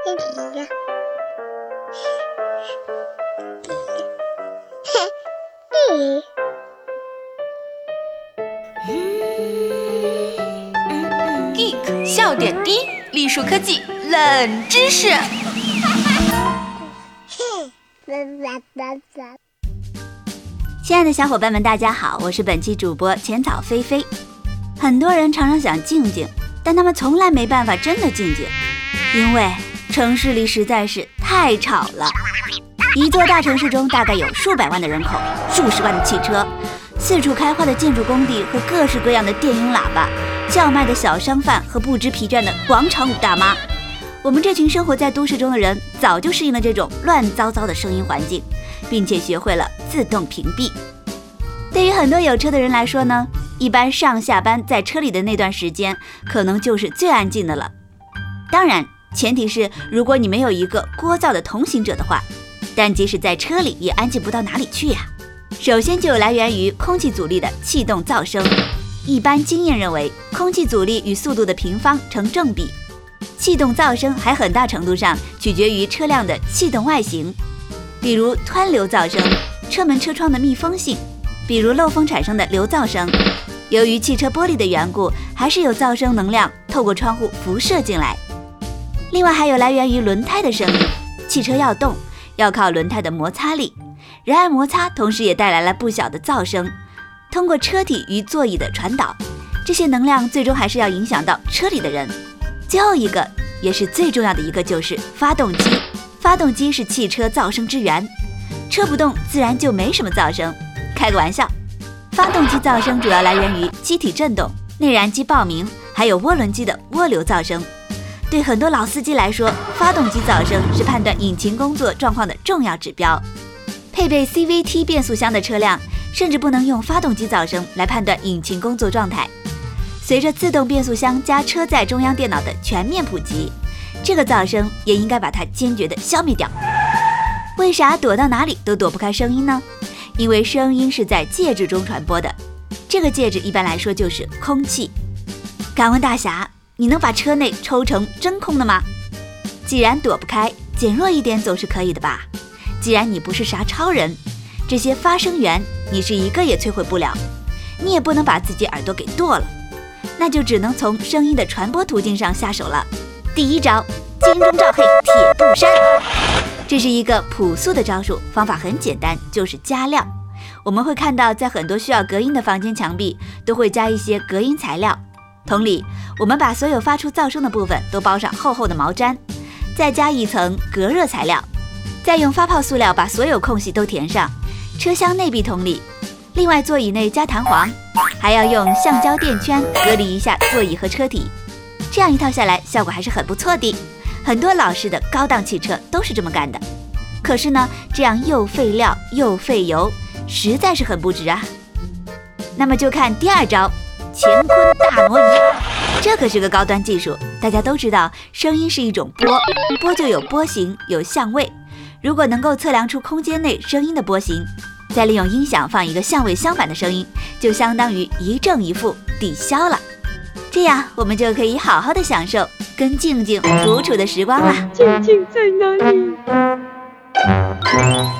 Geek 笑点低，栗树科技冷知识。 亲爱的小伙伴们，大家好，我是本期主播浅草菲菲。很多人常常想静静，但他们从来没办法真的静静，因为城市里实在是太吵了。一座大城市中大概有数百万的人口，数十万的汽车，四处开花的建筑工地和各式各样的电音喇叭，叫卖的小商贩和不知疲倦的广场舞大妈。我们这群生活在都市中的人早就适应了这种乱糟糟的声音环境，并且学会了自动屏蔽。对于很多有车的人来说呢，一般上下班在车里的那段时间可能就是最安静的了。当然前提是如果你没有一个聒噪的同行者的话，但即使在车里也安静不到哪里去呀。首先就有来源于空气阻力的气动噪声。一般经验认为，空气阻力与速度的平方成正比。气动噪声还很大程度上取决于车辆的气动外形，比如湍流噪声、车门车窗的密封性，比如漏风产生的流噪声。由于汽车玻璃的缘故，还是有噪声能量透过窗户辐射进来。另外还有来源于轮胎的声音。汽车要动，要靠轮胎的摩擦力，然而摩擦同时也带来了不小的噪声，通过车体与座椅的传导，这些能量最终还是要影响到车里的人。最后一个也是最重要的一个就是发动机。发动机是汽车噪声之源，车不动自然就没什么噪声。开个玩笑，发动机噪声主要来源于机体振动、内燃机爆鸣，还有涡轮机的涡流噪声。对很多老司机来说，发动机噪声是判断引擎工作状况的重要指标。配备 CVT 变速箱的车辆甚至不能用发动机噪声来判断引擎工作状态。随着自动变速箱加车载中央电脑的全面普及，这个噪声也应该把它坚决地消灭掉。为啥躲到哪里都躲不开声音呢？因为声音是在介质中传播的，这个介质一般来说就是空气。敢问大侠，你能把车内抽成真空的吗？既然躲不开，减弱一点总是可以的吧。既然你不是啥超人，这些发声源你是一个也摧毁不了，你也不能把自己耳朵给剁了，那就只能从声音的传播途径上下手了。第一招，金钟罩嘿铁布衫。这是一个朴素的招数，方法很简单，就是加料。我们会看到在很多需要隔音的房间墙壁都会加一些隔音材料。同理，我们把所有发出噪声的部分都包上厚厚的毛毡，再加一层隔热材料，再用发泡塑料把所有空隙都填上。车厢内壁同理，另外座椅内加弹簧，还要用橡胶垫圈隔离一下座椅和车体。这样一套下来效果还是很不错的，很多老式的高档汽车都是这么干的。可是呢，这样又费料又费油，实在是很不值啊。那么就看第二招，乾坤大挪移。这可是个高端技术。大家都知道，声音是一种波，波就有波形有相位。如果能够测量出空间内声音的波形，再利用音响放一个相位相反的声音，就相当于一正一负抵消了。这样我们就可以好好的享受跟静静独处的时光了。 静静在哪里？